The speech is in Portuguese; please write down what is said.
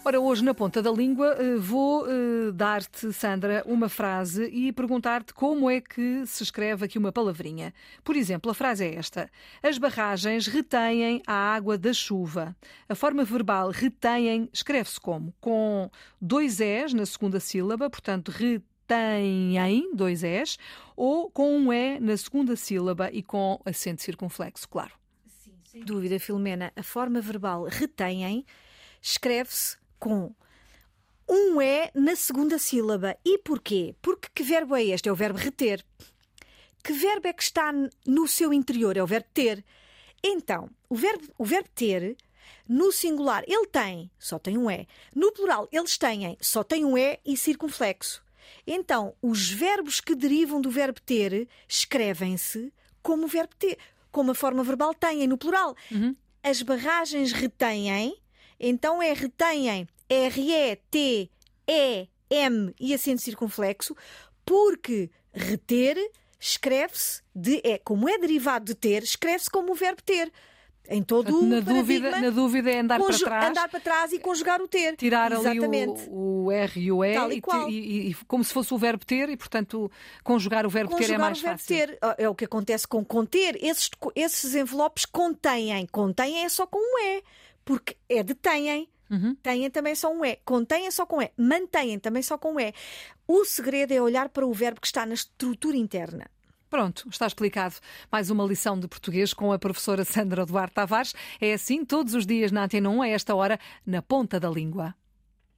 Ora, hoje na ponta da língua vou dar-te, Sandra, uma frase e perguntar-te como é que se escreve aqui uma palavrinha. Por exemplo, a frase é esta: as barragens retêm a água da chuva. A forma verbal retêm escreve-se como? Com dois Es na segunda sílaba, portanto, retêm, dois Es, ou com um E na segunda sílaba e com acento circunflexo, claro. Sim, sem dúvida, Filomena. A forma verbal retêm escreve-se com um E na segunda sílaba. E porquê? Porque que verbo é este? É o verbo reter. Que verbo é que está no seu interior? É o verbo ter. Então, o verbo ter, no singular, ele tem, só tem um E. No plural, eles têm, só tem um E e circunflexo. Então, os verbos que derivam do verbo ter escrevem-se como o verbo ter, como a forma verbal têm no plural. As barragens retêm, então é retêm, R-E-T-E-M e acento circunflexo, porque reter escreve-se como é derivado de ter, escreve-se como o verbo ter. Em todo o paradigma, na dúvida é andar para trás e conjugar o ter. Tirar Exatamente. ali o R e o E e como se fosse o verbo ter e, portanto, conjugar o verbo ter é mais fácil. Ter é o que acontece com conter. Esses envelopes contêm. Contêm é só com um E, porque é de têm. Têm também só um E. Contêm só com E. Mantêm também só com um E. O segredo é olhar para o verbo que está na estrutura interna. Pronto, está explicado. Mais uma lição de português com a professora Sandra Duarte Tavares. É assim todos os dias na Antena 1, a esta hora, na ponta da língua.